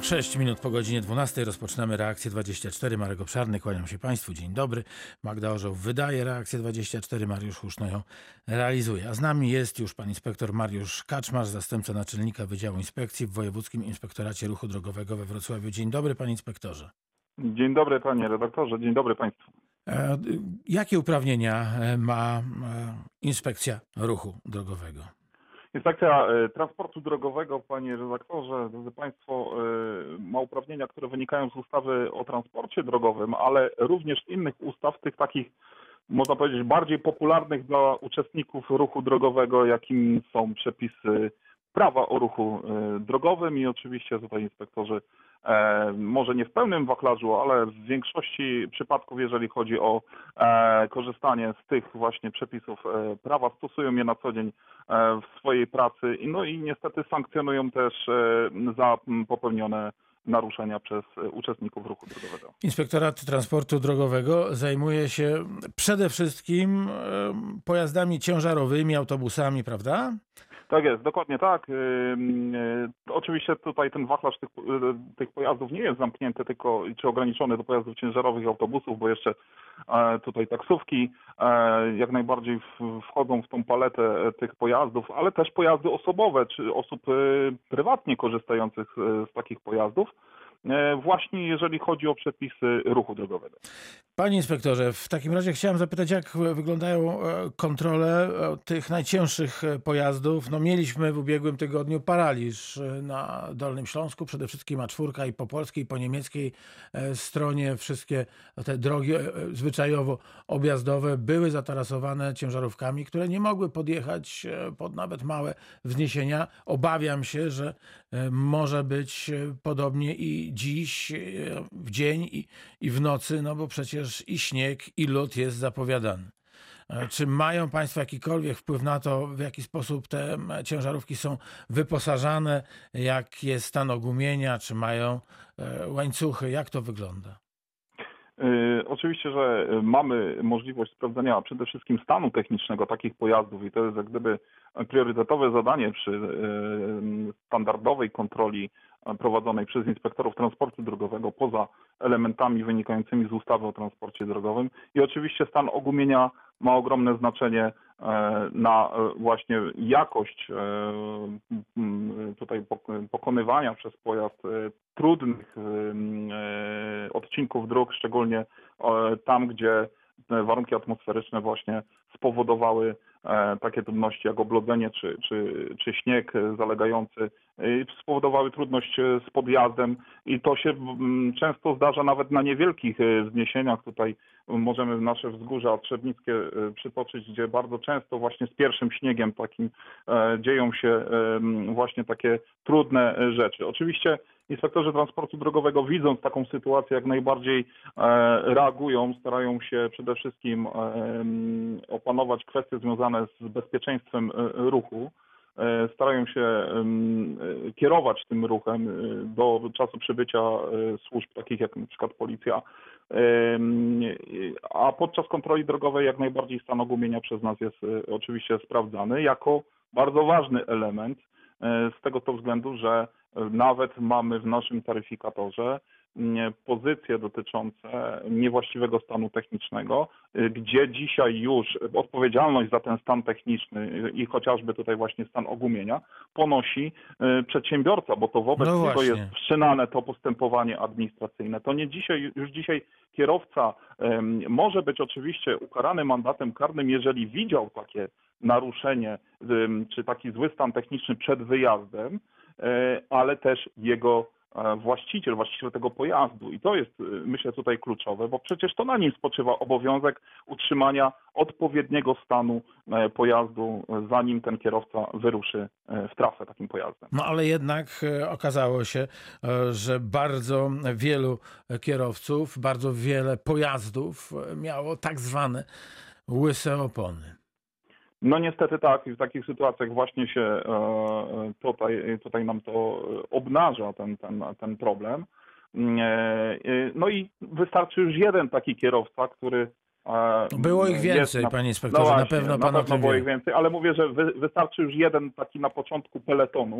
6 minut po godzinie 12 rozpoczynamy Reakcję 24. Marek Obszarny, kłaniam się Państwu, dzień dobry. Magda Orzeł wydaje Reakcję 24, Mariusz Huszno ją realizuje. A z nami jest już pan inspektor Mariusz Kaczmarz, zastępca naczelnika Wydziału Inspekcji w Wojewódzkim Inspektoracie Ruchu Drogowego we Wrocławiu. Dzień dobry, panie inspektorze. Dzień dobry, panie redaktorze, dzień dobry państwu. Jakie uprawnienia ma Inspekcja Ruchu Drogowego? Inspekcja Transportu Drogowego, panie redaktorze, drodzy państwo, ma uprawnienia, które wynikają z ustawy o transporcie drogowym, ale również z innych ustaw, tych takich, można powiedzieć, bardziej popularnych dla uczestników ruchu drogowego, jakim są przepisy prawa o ruchu drogowym i oczywiście tutaj inspektorzy może nie w pełnym wachlarzu, ale w większości przypadków, jeżeli chodzi o korzystanie z tych właśnie przepisów prawa, stosują je na co dzień w swojej pracy, no i niestety sankcjonują też za popełnione naruszenia przez uczestników ruchu drogowego. Inspektorat Transportu Drogowego zajmuje się przede wszystkim pojazdami ciężarowymi, autobusami, prawda? Tak jest, dokładnie tak. Oczywiście tutaj ten wachlarz tych pojazdów nie jest zamknięty tylko czy ograniczony do pojazdów ciężarowych i autobusów, bo jeszcze tutaj taksówki jak najbardziej wchodzą w tą paletę tych pojazdów, ale też pojazdy osobowe czy osób prywatnie korzystających z takich pojazdów, właśnie jeżeli chodzi o przepisy ruchu drogowego. Panie inspektorze, w takim razie chciałem zapytać, jak wyglądają kontrole tych najcięższych pojazdów. No, mieliśmy w ubiegłym tygodniu paraliż na Dolnym Śląsku, przede wszystkim A4 i po polskiej, i po niemieckiej stronie wszystkie te drogi zwyczajowo objazdowe były zatarasowane ciężarówkami, które nie mogły podjechać pod nawet małe wzniesienia. Obawiam się, że może być podobnie i dziś, w dzień i w nocy, no bo przecież i śnieg, i lód jest zapowiadany. Czy mają Państwo jakikolwiek wpływ na to, w jaki sposób te ciężarówki są wyposażane, jak jest stan ogumienia, czy mają łańcuchy, jak to wygląda? Oczywiście, że mamy możliwość sprawdzenia przede wszystkim stanu technicznego takich pojazdów i to jest jak gdyby priorytetowe zadanie przy standardowej kontroli prowadzonej przez inspektorów transportu drogowego poza elementami wynikającymi z ustawy o transporcie drogowym. I oczywiście stan ogumienia ma ogromne znaczenie na właśnie jakość tutaj pokonywania przez pojazd trudnych odcinków dróg, szczególnie tam, gdzie warunki atmosferyczne właśnie spowodowały takie trudności jak oblodzenie czy śnieg zalegający, spowodowały trudność z podjazdem i to się często zdarza nawet na niewielkich wzniesieniach. Tutaj możemy nasze wzgórza trzebnickie przytoczyć, gdzie bardzo często właśnie z pierwszym śniegiem takim dzieją się właśnie takie trudne rzeczy. Oczywiście inspektorzy transportu drogowego, widząc taką sytuację, jak najbardziej reagują, starają się przede wszystkim opanować kwestie związane z bezpieczeństwem ruchu. Starają się kierować tym ruchem do czasu przybycia służb takich jak na przykład policja, a podczas kontroli drogowej jak najbardziej stan ogumienia przez nas jest oczywiście sprawdzany jako bardzo ważny element z tego to względu, że nawet mamy w naszym taryfikatorze pozycje dotyczące niewłaściwego stanu technicznego, gdzie dzisiaj już odpowiedzialność za ten stan techniczny i chociażby tutaj właśnie stan ogumienia ponosi przedsiębiorca, bo to wobec niego jest wszczynane to postępowanie administracyjne. To nie dzisiaj, już dzisiaj kierowca może być oczywiście ukarany mandatem karnym, jeżeli widział takie naruszenie czy taki zły stan techniczny przed wyjazdem, ale też jego właściciel tego pojazdu. I to jest, myślę, tutaj kluczowe, bo przecież to na nim spoczywa obowiązek utrzymania odpowiedniego stanu pojazdu, zanim ten kierowca wyruszy w trasę takim pojazdem. No ale jednak okazało się, że bardzo wielu kierowców, bardzo wiele pojazdów miało tak zwane łyse opony. No niestety tak, i w takich sytuacjach właśnie się tutaj nam to obnaża ten problem. No i wystarczy już jeden taki kierowca, który było ich więcej, panie inspektorze, no właśnie, na pewno pan o tym było wie. ich więcej, ale mówię, że wystarczy już jeden taki na początku peletonu,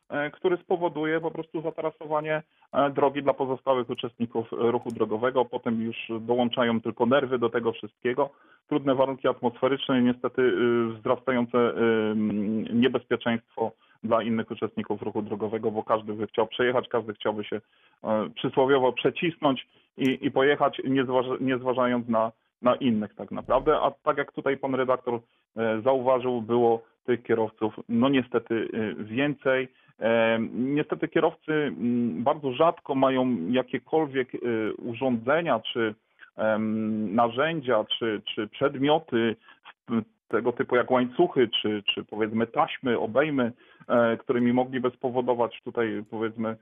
który spowoduje po prostu zatarasowanie drogi dla pozostałych uczestników ruchu drogowego. Potem już dołączają tylko nerwy do tego wszystkiego. Trudne warunki atmosferyczne i niestety wzrastające niebezpieczeństwo dla innych uczestników ruchu drogowego, bo każdy by chciał przejechać, każdy chciałby się przysłowiowo przecisnąć i pojechać, nie zważając na innych tak naprawdę. A tak jak tutaj pan redaktor zauważył, było tych kierowców no niestety więcej. Niestety kierowcy bardzo rzadko mają jakiekolwiek urządzenia czy narzędzia, czy przedmioty tego typu jak łańcuchy, czy powiedzmy taśmy, obejmy, którymi mogliby spowodować tutaj powiedzmy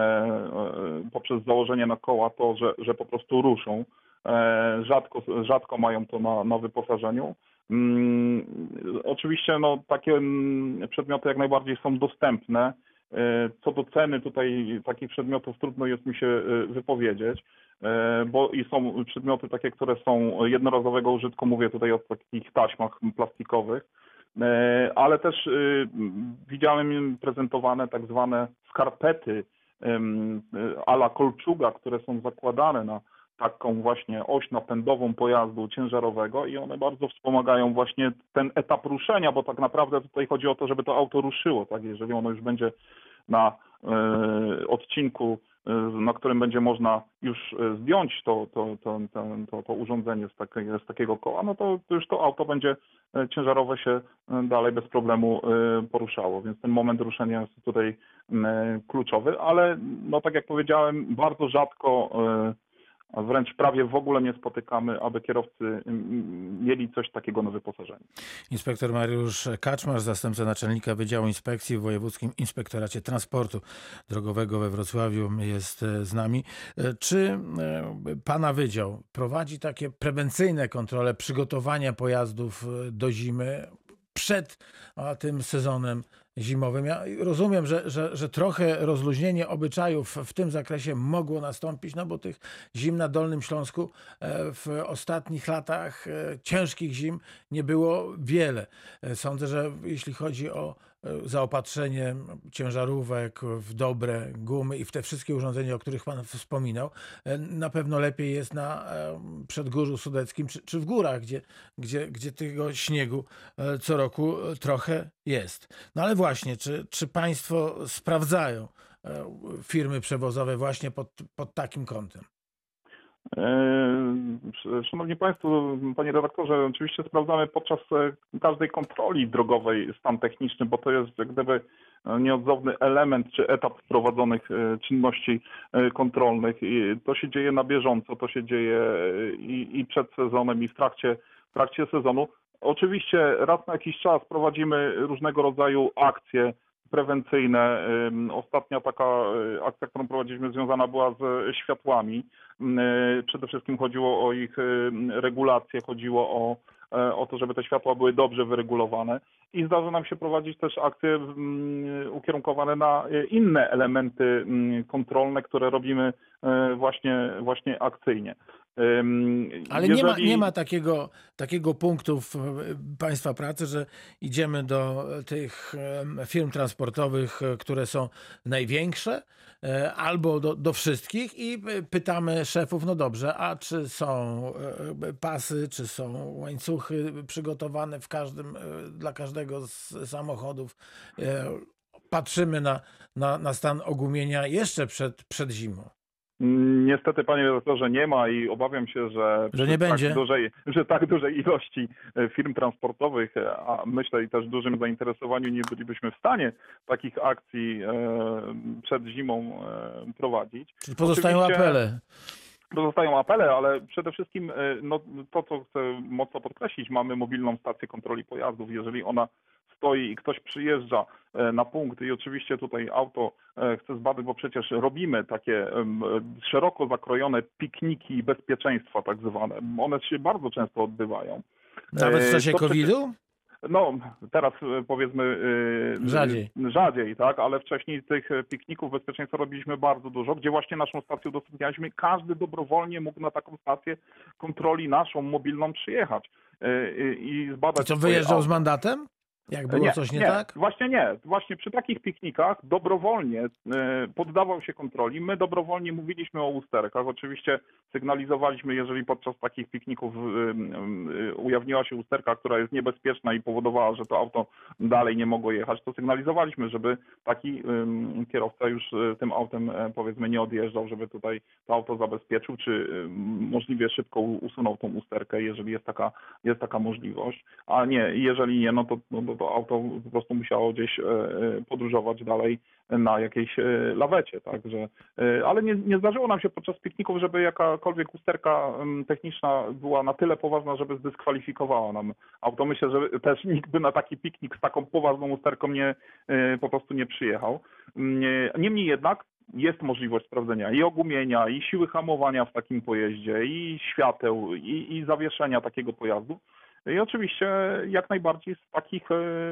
poprzez założenie na koła to, że po prostu ruszą. Rzadko mają to na wyposażeniu. Oczywiście no, takie przedmioty jak najbardziej są dostępne. Co do ceny tutaj takich przedmiotów trudno jest mi się wypowiedzieć, bo i są przedmioty takie, które są jednorazowego użytku, mówię tutaj o takich taśmach plastikowych, ale też widziałem prezentowane tak zwane skarpety a la kolczuga, które są zakładane na taką właśnie oś napędową pojazdu ciężarowego i one bardzo wspomagają właśnie ten etap ruszenia, bo tak naprawdę tutaj chodzi o to, żeby to auto ruszyło, tak? Jeżeli ono już będzie na odcinku, na którym będzie można już zdjąć to urządzenie z takiego koła, no to już to auto będzie ciężarowe się dalej bez problemu poruszało, więc ten moment ruszenia jest tutaj kluczowy, ale no tak jak powiedziałem, bardzo rzadko, a wręcz prawie w ogóle nie spotykamy, aby kierowcy mieli coś takiego na wyposażeniu. Inspektor Mariusz Kaczmarz, zastępca naczelnika Wydziału Inspekcji w Wojewódzkim Inspektoracie Transportu Drogowego we Wrocławiu jest z nami. Czy Pana Wydział prowadzi takie prewencyjne kontrole przygotowania pojazdów do zimy przed tym sezonem zimowym? Ja rozumiem, że trochę rozluźnienie obyczajów w tym zakresie mogło nastąpić, no bo tych zim na Dolnym Śląsku w ostatnich latach, ciężkich zim, nie było wiele. Sądzę, że jeśli chodzi o zaopatrzenie ciężarówek w dobre gumy i w te wszystkie urządzenia, o których Pan wspominał, na pewno lepiej jest na Przedgórzu Sudeckim czy w górach, gdzie tego śniegu co roku trochę jest. No ale właśnie, czy Państwo sprawdzają firmy przewozowe właśnie pod takim kątem? Szanowni Państwo, Panie redaktorze, oczywiście sprawdzamy podczas każdej kontroli drogowej stan techniczny, bo to jest jak gdyby nieodzowny element czy etap prowadzonych czynności kontrolnych. I to się dzieje na bieżąco, to się dzieje i przed sezonem, i w trakcie sezonu. Oczywiście raz na jakiś czas prowadzimy różnego rodzaju akcje prewencyjne. Ostatnia taka akcja, którą prowadziliśmy, związana była z światłami. Przede wszystkim chodziło o ich regulację, chodziło o to, żeby te światła były dobrze wyregulowane i zdarza nam się prowadzić też akcje ukierunkowane na inne elementy kontrolne, które robimy właśnie akcyjnie. Ale nie ma takiego punktu w Państwa pracy, że idziemy do tych firm transportowych, które są największe, albo do wszystkich i pytamy szefów, no dobrze, a czy są pasy, czy są łańcuchy przygotowane dla każdego z samochodów. Patrzymy na stan ogumienia jeszcze przed zimą. Niestety, panie redaktorze, nie ma i obawiam się, że nie będzie. Tak dużej ilości firm transportowych, a myślę i też dużym zainteresowaniu nie bylibyśmy w stanie takich akcji przed zimą prowadzić. Czyli pozostają apele. Pozostają apele, ale przede wszystkim no, to, co chcę mocno podkreślić, mamy mobilną stację kontroli pojazdów. Jeżeli ona stoi i ktoś przyjeżdża na punkt i oczywiście tutaj auto chce zbadać, bo przecież robimy takie szeroko zakrojone pikniki bezpieczeństwa tak zwane. One się bardzo często odbywają. Nawet w czasie COVID-u? No, teraz powiedzmy Rzadziej, tak, ale wcześniej tych pikników bezpieczeństwa robiliśmy bardzo dużo, gdzie właśnie naszą stację udostępnialiśmy. Każdy dobrowolnie mógł na taką stację kontroli naszą mobilną przyjechać i zbadać. I co, wyjeżdżał z mandatem? Jak było Nie, coś nie nie, tak? właśnie nie. Właśnie przy takich piknikach dobrowolnie poddawał się kontroli. My dobrowolnie mówiliśmy o usterkach. Oczywiście sygnalizowaliśmy, jeżeli podczas takich pikników ujawniła się usterka, która jest niebezpieczna i powodowała, że to auto dalej nie mogło jechać, to sygnalizowaliśmy, żeby taki kierowca już tym autem powiedzmy nie odjeżdżał, żeby tutaj to auto zabezpieczył, czy możliwie szybko usunął tą usterkę, jeżeli jest taka możliwość. A nie, jeżeli nie, to auto po prostu musiało gdzieś podróżować dalej na jakiejś lawecie, także, ale nie zdarzyło nam się podczas pikników, żeby jakakolwiek usterka techniczna była na tyle poważna, żeby zdyskwalifikowała nam auto. Myślę, że też nikt by na taki piknik z taką poważną usterką po prostu nie przyjechał. Niemniej jednak jest możliwość sprawdzenia i ogumienia, i siły hamowania w takim pojeździe, i świateł, i zawieszenia takiego pojazdu. I oczywiście jak najbardziej z takich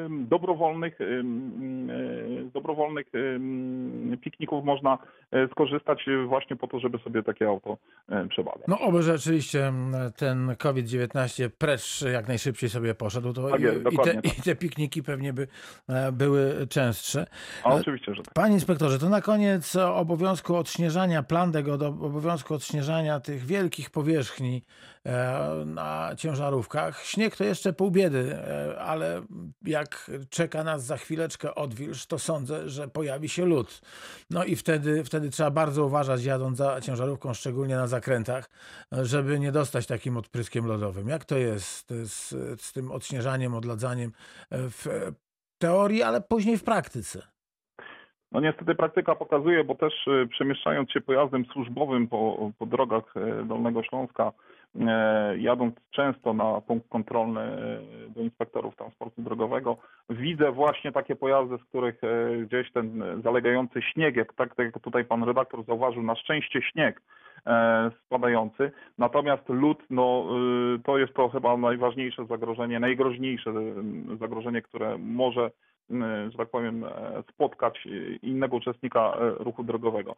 dobrowolnych pikników można skorzystać właśnie po to, żeby sobie takie auto przebadać. No oby rzeczywiście ten COVID-19 precz jak najszybciej sobie poszedł, to Tak jest, dokładnie tak. i te pikniki pewnie by były częstsze. A oczywiście, że tak. Panie inspektorze, to na koniec obowiązku odśnieżania, plan tego do obowiązku odśnieżania tych wielkich powierzchni na ciężarówkach. Śnieg to jeszcze pół biedy, ale jak czeka nas za chwileczkę odwilż, to sądzę, że pojawi się lód. No i wtedy trzeba bardzo uważać, jadąc za ciężarówką, szczególnie na zakrętach, żeby nie dostać takim odpryskiem lodowym. Jak to jest z tym odśnieżaniem, odladzaniem w teorii, ale później w praktyce? No niestety praktyka pokazuje, bo też przemieszczając się pojazdem służbowym po drogach Dolnego Śląska, jadąc często na punkt kontrolny do inspektorów transportu drogowego, widzę właśnie takie pojazdy, z których gdzieś ten zalegający śnieg, tak jak tutaj pan redaktor zauważył, na szczęście śnieg spadający, natomiast lód, to jest to chyba najważniejsze zagrożenie, najgroźniejsze zagrożenie, które może, że tak powiem, spotkać innego uczestnika ruchu drogowego.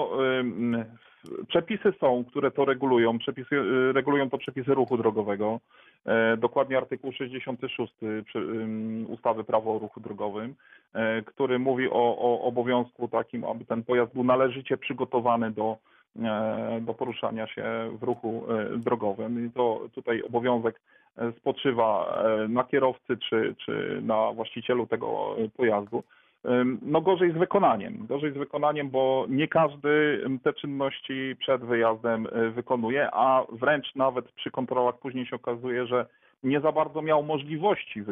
Przepisy są, które to regulują. Regulują to przepisy ruchu drogowego. Dokładnie artykuł 66 ustawy Prawo o ruchu drogowym, który mówi o obowiązku takim, aby ten pojazd był należycie przygotowany do poruszania się w ruchu drogowym. I to tutaj obowiązek spoczywa na kierowcy czy na właścicielu tego pojazdu. No gorzej z wykonaniem, bo nie każdy te czynności przed wyjazdem wykonuje, a wręcz nawet przy kontrolach później się okazuje, że nie za bardzo miał możliwości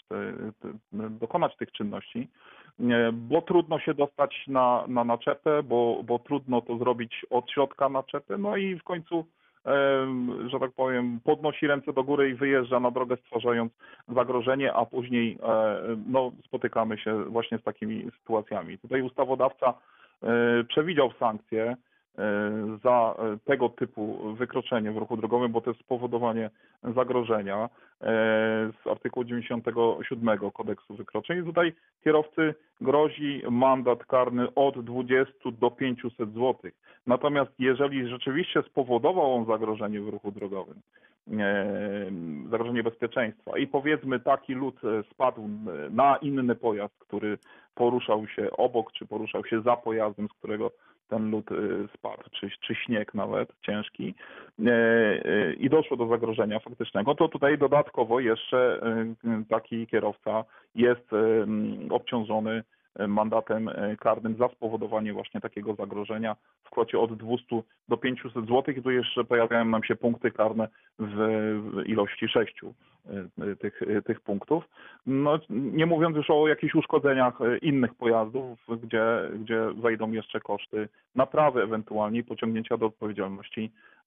dokonać tych czynności, bo trudno się dostać na naczepę, bo trudno to zrobić od środka naczepy, no i w końcu, że tak powiem, podnosi ręce do góry i wyjeżdża na drogę, stwarzając zagrożenie, a później spotykamy się właśnie z takimi sytuacjami. Tutaj ustawodawca przewidział sankcje za tego typu wykroczenie w ruchu drogowym, bo to jest spowodowanie zagrożenia z artykułu 97 Kodeksu Wykroczeń. I tutaj kierowcy grozi mandat karny od 20 do 500 zł. Natomiast jeżeli rzeczywiście spowodował on zagrożenie w ruchu drogowym, zagrożenie bezpieczeństwa i powiedzmy taki lód spadł na inny pojazd, który poruszał się obok, czy poruszał się za pojazdem, z którego ten lód spadł, czy śnieg nawet ciężki i doszło do zagrożenia faktycznego, to tutaj dodatkowo jeszcze taki kierowca jest obciążony mandatem karnym za spowodowanie właśnie takiego zagrożenia w kwocie od 200 do 500 zł i tu jeszcze pojawiają nam się punkty karne w ilości 6 tych punktów. No, nie mówiąc już o jakichś uszkodzeniach innych pojazdów, gdzie wejdą jeszcze koszty naprawy ewentualnie i pociągnięcia do odpowiedzialności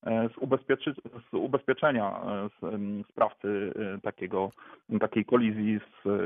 z ubezpieczenia sprawcy takiej kolizji,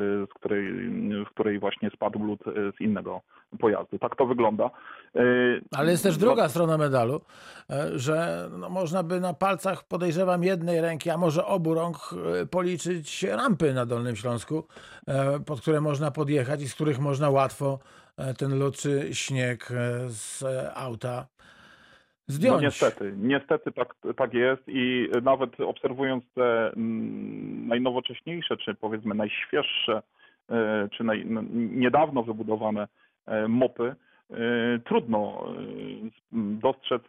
w której właśnie spadł lód z innego pojazdu. Tak to wygląda. Ale jest też druga strona medalu, że można by na palcach, podejrzewam, jednej ręki, a może obu rąk policzyć rampy na Dolnym Śląsku, pod które można podjechać i z których można łatwo ten lód czy śnieg z auta zdjąć. No niestety tak jest i nawet obserwując te najnowocześniejsze, czy powiedzmy najświeższe czy niedawno wybudowane mopy, trudno dostrzec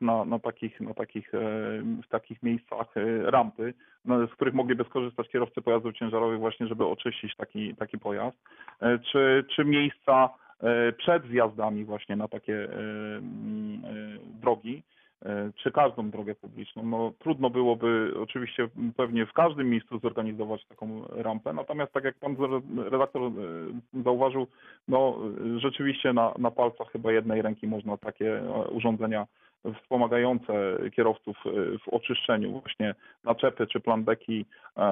w takich miejscach rampy, z których mogliby skorzystać kierowcy pojazdów ciężarowych właśnie, żeby oczyścić taki pojazd, czy miejsca przed zjazdami właśnie na takie drogi, czy każdą drogę publiczną. No, trudno byłoby oczywiście pewnie w każdym miejscu zorganizować taką rampę, natomiast tak jak pan redaktor zauważył, no rzeczywiście na palcach chyba jednej ręki można takie urządzenia wspomagające kierowców w oczyszczeniu właśnie naczepy czy planbeki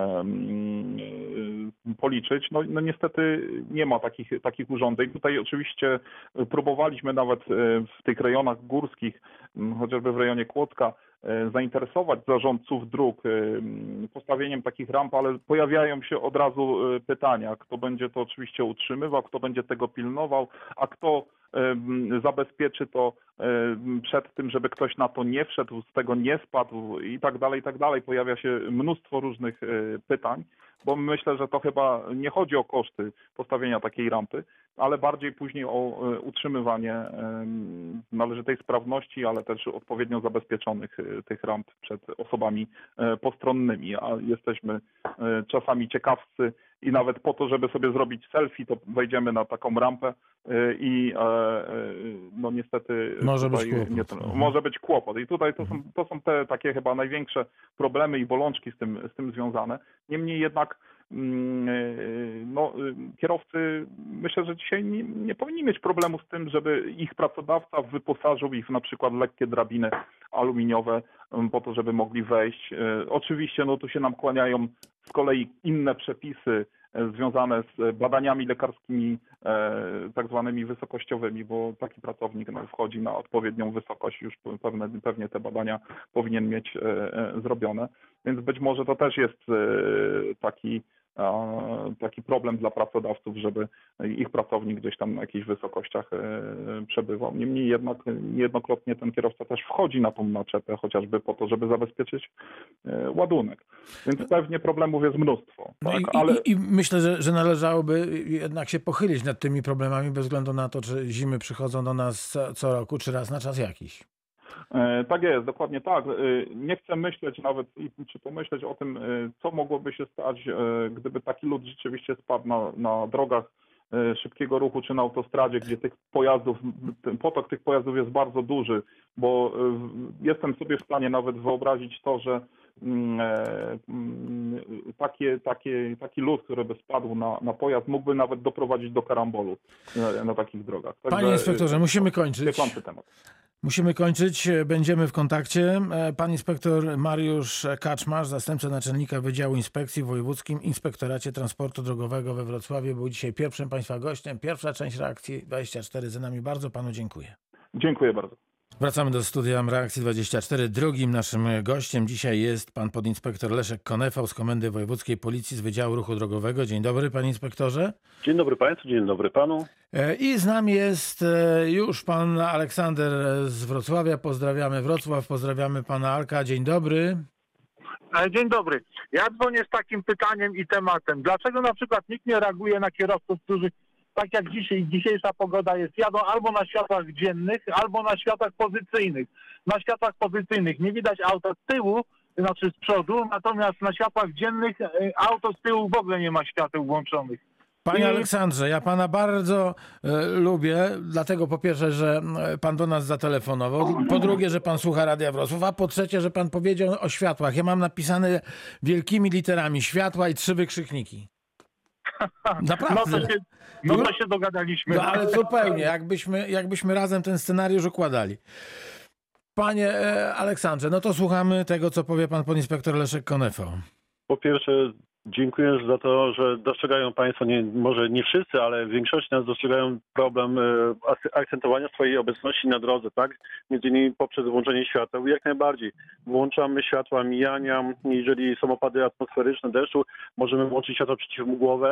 policzyć. No niestety nie ma takich urządzeń. Tutaj oczywiście próbowaliśmy nawet w tych rejonach górskich, chociażby w rejonie Kłodzka, zainteresować zarządców dróg postawieniem takich ramp, ale pojawiają się od razu pytania, kto będzie to oczywiście utrzymywał, kto będzie tego pilnował, a kto zabezpieczy to przed tym, żeby ktoś na to nie wszedł, z tego nie spadł i tak dalej, i tak dalej. Pojawia się mnóstwo różnych pytań, bo myślę, że to chyba nie chodzi o koszty postawienia takiej rampy, ale bardziej później o utrzymywanie należytej sprawności, ale też odpowiednio zabezpieczonych tych ramp przed osobami postronnymi. A jesteśmy czasami ciekawscy i nawet po to, żeby sobie zrobić selfie, to wejdziemy na taką rampę i no niestety może tutaj być kłopot. może być kłopot. I tutaj to są te takie chyba największe problemy i bolączki z tym związane. Niemniej jednak no, kierowcy myślę, że dzisiaj nie powinni mieć problemu z tym, żeby ich pracodawca wyposażył ich w na przykład lekkie drabiny aluminiowe po to, żeby mogli wejść. Oczywiście no tu się nam kłaniają z kolei inne przepisy związane z badaniami lekarskimi tak zwanymi wysokościowymi, bo taki pracownik wchodzi na odpowiednią wysokość, już pewnie te badania powinien mieć zrobione, więc być może to też jest taki problem dla pracodawców, żeby ich pracownik gdzieś tam na jakichś wysokościach przebywał. Niemniej jednak niejednokrotnie ten kierowca też wchodzi na tą naczepę, chociażby po to, żeby zabezpieczyć ładunek. Więc pewnie problemów jest mnóstwo. No tak? i myślę, że należałoby jednak się pochylić nad tymi problemami bez względu na to, czy zimy przychodzą do nas co roku, czy raz na czas jakiś. Tak jest, dokładnie tak. Nie chcę myśleć nawet, czy pomyśleć o tym, co mogłoby się stać, gdyby taki lód rzeczywiście spadł na drogach szybkiego ruchu czy na autostradzie, gdzie potok tych pojazdów jest bardzo duży, bo jestem sobie w stanie nawet wyobrazić to, że taki lód, który by spadł na pojazd, mógłby nawet doprowadzić do karambolu na takich drogach. Panie inspektorze, musimy kończyć. Temat. Musimy kończyć, będziemy w kontakcie. Pan inspektor Mariusz Kaczmarz, zastępca naczelnika Wydziału Inspekcji w Wojewódzkim Inspektoracie Transportu Drogowego we Wrocławiu, był dzisiaj pierwszym Państwa gościem. Pierwsza część Reakcji 24 za nami. Bardzo Panu dziękuję. Dziękuję bardzo. Wracamy do studia Reakcji 24. Drugim naszym gościem dzisiaj jest pan podinspektor Leszek Konefał z Komendy Wojewódzkiej Policji z Wydziału Ruchu Drogowego. Dzień dobry, panie inspektorze. Dzień dobry państwu, dzień dobry panu. I z nami jest już pan Aleksander z Wrocławia. Pozdrawiamy Wrocław, pozdrawiamy pana Alka. Dzień dobry. Dzień dobry. Ja dzwonię z takim pytaniem i tematem. Dlaczego na przykład nikt nie reaguje na kierowców, którzy tak jak dzisiejsza pogoda jest, jadą albo na światłach dziennych, albo na światłach pozycyjnych. Na światłach pozycyjnych nie widać auta z tyłu, znaczy z przodu, natomiast na światłach dziennych auto z tyłu w ogóle nie ma świateł włączonych. Panie Aleksandrze, ja pana bardzo lubię, dlatego po pierwsze, że pan do nas zatelefonował, po drugie, że pan słucha Radia Wrocław, a po trzecie, że pan powiedział o światłach. Ja mam napisane wielkimi literami światła i 3 wykrzykniki. Naprawdę. No to się dogadaliśmy. No ale zupełnie, jakbyśmy razem ten scenariusz układali. Panie Aleksandrze, no to słuchamy tego, co powie pan podinspektor Leszek Konefał. Po pierwsze, dziękuję za to, że dostrzegają państwo, może nie wszyscy, ale w większości nas dostrzegają problem akcentowania swojej obecności na drodze, tak? Między innymi poprzez włączenie świateł. Jak najbardziej. Włączamy światła mijania. Jeżeli są opady atmosferyczne deszczu, możemy włączyć światła przeciwmgłowe.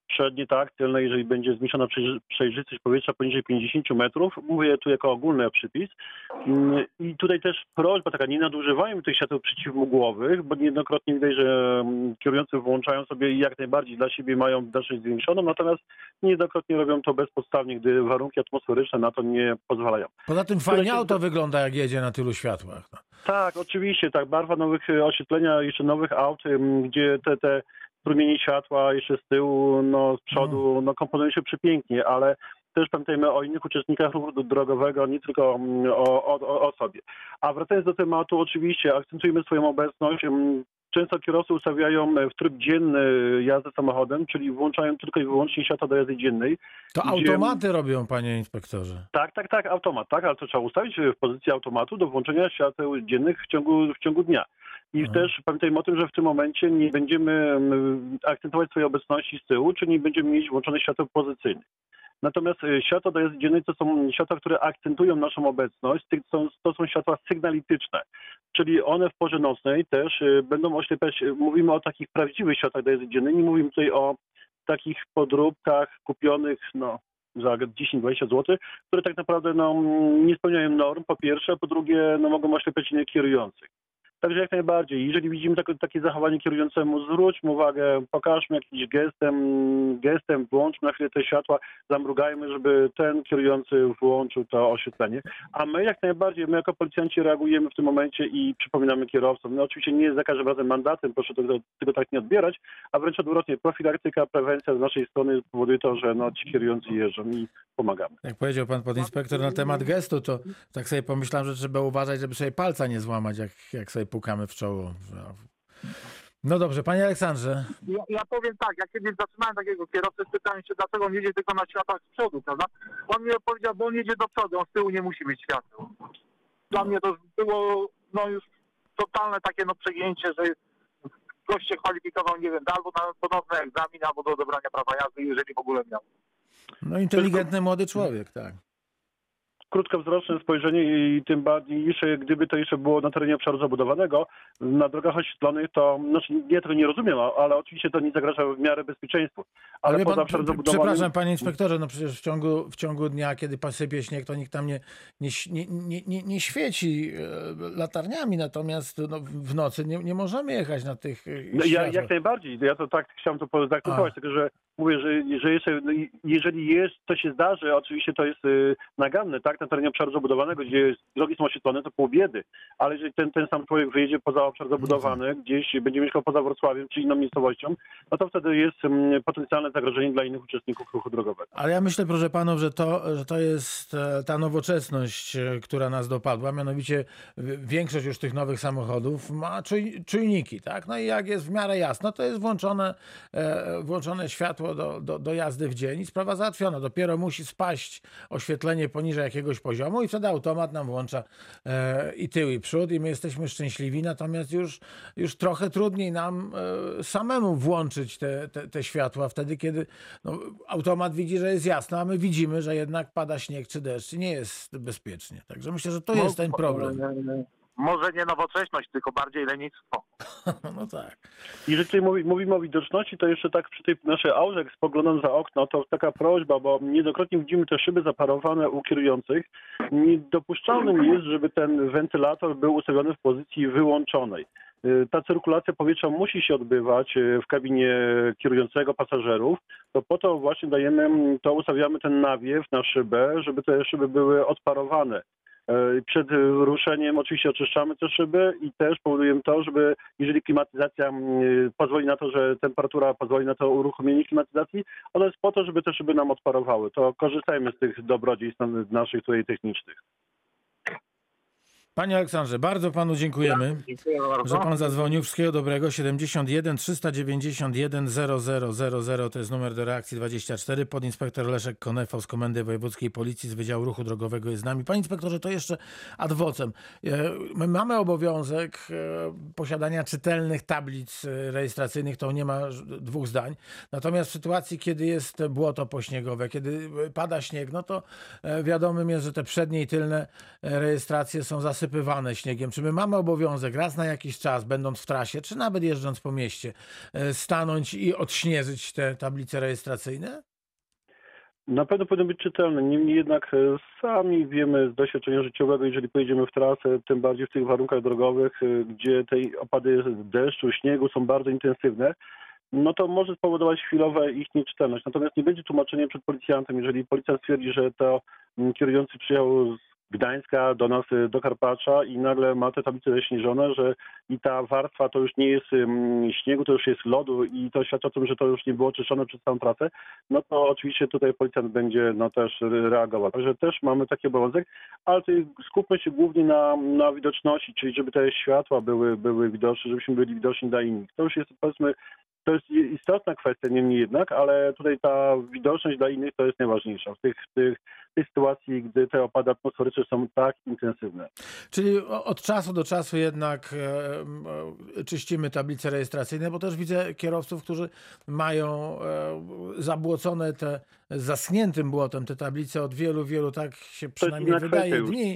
przednie, tak, tylne, jeżeli będzie zmniejszona przejrzystość powietrza poniżej 50 metrów. Mówię tu jako ogólny przepis. I tutaj też prośba taka, nie nadużywajmy tych świateł przeciwmgłowych, bo niejednokrotnie widać, że kierujący włączają sobie i jak najbardziej dla siebie mają wydajność zwiększoną, natomiast niejednokrotnie robią to bezpodstawnie, gdy warunki atmosferyczne na to nie pozwalają. Poza tym fajnie auto wygląda, jak jedzie na tylu światłach. No. Tak, oczywiście, tak. Barwa nowych oświetlenia, jeszcze nowych aut, gdzie te promienie światła jeszcze z tyłu, no z przodu, no komponują się przepięknie, ale też pamiętajmy o innych uczestnikach ruchu drogowego, nie tylko o sobie. A wracając do tematu, oczywiście akcentujemy swoją obecność. Często kierowcy ustawiają w tryb dzienny jazdę samochodem, czyli włączają tylko i wyłącznie światła do jazdy dziennej. To automaty robią, panie inspektorze. Tak, automat, tak, ale to trzeba ustawić w pozycji automatu do włączenia świateł dziennych w ciągu dnia. I też pamiętajmy o tym, że w tym momencie nie będziemy akcentować swojej obecności z tyłu, czyli nie będziemy mieć włączonych świateł pozycyjnych. Natomiast światła do jazdy dziennej to są światła, które akcentują naszą obecność, to są światła sygnalityczne, czyli one w porze nocnej też będą oślepiać, mówimy o takich prawdziwych światłach do jazdy dziennej, nie mówimy tutaj o takich podróbkach kupionych za 10-20 zł, które tak naprawdę nie spełniają norm, po pierwsze, a po drugie mogą oślepiać innych kierujących. Także jak najbardziej. Jeżeli widzimy takie zachowanie kierującemu, zwróćmy uwagę, pokażmy jakimś gestem, włączmy na chwilę te światła, zamrugajmy, żeby ten kierujący włączył to oświetlenie. A my jak najbardziej, my jako policjanci reagujemy w tym momencie i przypominamy kierowcom. No oczywiście nie jest za każdym razem mandatem, proszę tego tak nie odbierać, a wręcz odwrotnie, profilaktyka, prewencja z naszej strony powoduje to, że ci kierujący jeżdżą i pomagamy. Jak powiedział pan podinspektor na temat gestu, to tak sobie pomyślałem, że trzeba uważać, żeby sobie palca nie złamać, jak sobie pukamy w czoło. No dobrze, panie Aleksandrze. Ja powiem tak, ja kiedyś zaczynałem takiego kierowcę, spytałem się, dlaczego on jedzie tylko na światłach z przodu, prawda? On mi odpowiedział, bo on jedzie do przodu, on z tyłu nie musi mieć świateł. Dla mnie to było już totalne takie przegięcie, że gość się kwalifikował, nie wiem, albo na ponowny egzamin, albo do odebrania prawa jazdy, jeżeli w ogóle miał. No inteligentny młody człowiek, tak. Krótkowzroczne spojrzenie i tym bardziej, gdyby to jeszcze było na terenie obszaru zabudowanego, na drogach oświetlonych, to, ja tego nie rozumiem, ale oczywiście to nie zagraża w miarę bezpieczeństwu. Ale poza obszarem zabudowanym... Przepraszam, panie inspektorze, przecież w ciągu dnia, kiedy sypie śnieg, to nikt tam nie świeci latarniami, natomiast w nocy nie możemy jechać na tych światłach. Jak najbardziej, ja to tak chciałem to potraktować, tylko że mówię, że jeszcze, jeżeli to się zdarzy, oczywiście to jest naganne, tak, na terenie obszaru zabudowanego, gdzie drogi są oświetlone, to pół biedy, ale jeżeli ten sam człowiek wyjedzie poza obszar zabudowany, gdzieś będzie mieszkał poza Wrocławiem czy inną miejscowością, no to wtedy jest potencjalne zagrożenie dla innych uczestników ruchu drogowego. Ale ja myślę, proszę panów, że to jest ta nowoczesność, która nas dopadła, mianowicie większość już tych nowych samochodów ma czujniki, tak? No i jak jest w miarę jasno, to jest włączone światło do jazdy w dzień i sprawa załatwiona. Dopiero musi spaść oświetlenie poniżej jakiegoś poziomu i wtedy automat nam włącza i tył, i przód i my jesteśmy szczęśliwi, natomiast już trochę trudniej nam samemu włączyć te światła wtedy, kiedy automat widzi, że jest jasno, a my widzimy, że jednak pada śnieg czy deszcz i nie jest bezpiecznie. Także myślę, że to jest ten problem. Może nie nowocześność, tylko bardziej lenistwo. No tak. Jeżeli tutaj mówimy o widoczności, to jeszcze tak przy tej naszej aurze, jak spoglądam za okno, to taka prośba, bo niejednokrotnie widzimy te szyby zaparowane u kierujących. Niedopuszczalnym jest, żeby ten wentylator był ustawiony w pozycji wyłączonej. Ta cyrkulacja powietrza musi się odbywać w kabinie kierującego, pasażerów. To po to właśnie ustawiamy ten nawiew na szybę, żeby te szyby były odparowane. Przed ruszeniem oczywiście oczyszczamy te szyby i też powodujemy to, żeby jeżeli klimatyzacja pozwoli na to, że temperatura pozwoli na to uruchomienie klimatyzacji, ono jest po to, żeby te szyby nam odparowały. To korzystajmy z tych dobrodziejstw naszych tutaj technicznych. Panie Aleksandrze, bardzo panu dziękujemy, że pan zadzwonił. Wszystkiego dobrego. 71 391 0000 to jest numer do reakcji 24. Podinspektor Leszek Konefał z Komendy Wojewódzkiej Policji z Wydziału Ruchu Drogowego jest z nami. Panie inspektorze, to jeszcze ad vocem. My mamy obowiązek posiadania czytelnych tablic rejestracyjnych, to nie ma dwóch zdań. Natomiast w sytuacji, kiedy jest błoto pośniegowe, kiedy pada śnieg, no to wiadomym jest, że te przednie i tylne rejestracje są zasypane zasypywane śniegiem? Czy my mamy obowiązek raz na jakiś czas, będąc w trasie, czy nawet jeżdżąc po mieście, stanąć i odśnieżyć te tablice rejestracyjne? Na pewno powinno być czytelne. Niemniej jednak sami wiemy z doświadczenia życiowego, jeżeli pojedziemy w trasę, tym bardziej w tych warunkach drogowych, gdzie te opady deszczu, śniegu są bardzo intensywne, no to może spowodować chwilowe ich nieczytelność. Natomiast nie będzie tłumaczeniem przed policjantem, jeżeli policjant stwierdzi, że to kierujący przyjechał z Gdańska do nas, do Karpacza i nagle ma te tablice zaśnieżone, że i ta warstwa to już nie jest śniegu, to już jest lodu i to świadczy o tym, że to już nie było czyszczone przez całą trasę, no to oczywiście tutaj policjant będzie też reagował. Także też mamy taki obowiązek, ale tutaj skupmy się głównie na widoczności, czyli żeby te światła były widoczne, żebyśmy byli widoczni dla innych. To już jest, powiedzmy, to jest istotna kwestia, niemniej jednak, ale tutaj ta widoczność dla innych to jest najważniejsza w tej sytuacji, gdy te opady atmosferyczne są tak intensywne. Czyli od czasu do czasu jednak czyścimy tablice rejestracyjne, bo też widzę kierowców, którzy mają zabłocone te zaschniętym błotem te tablice od wielu, tak się przynajmniej wydaje, dni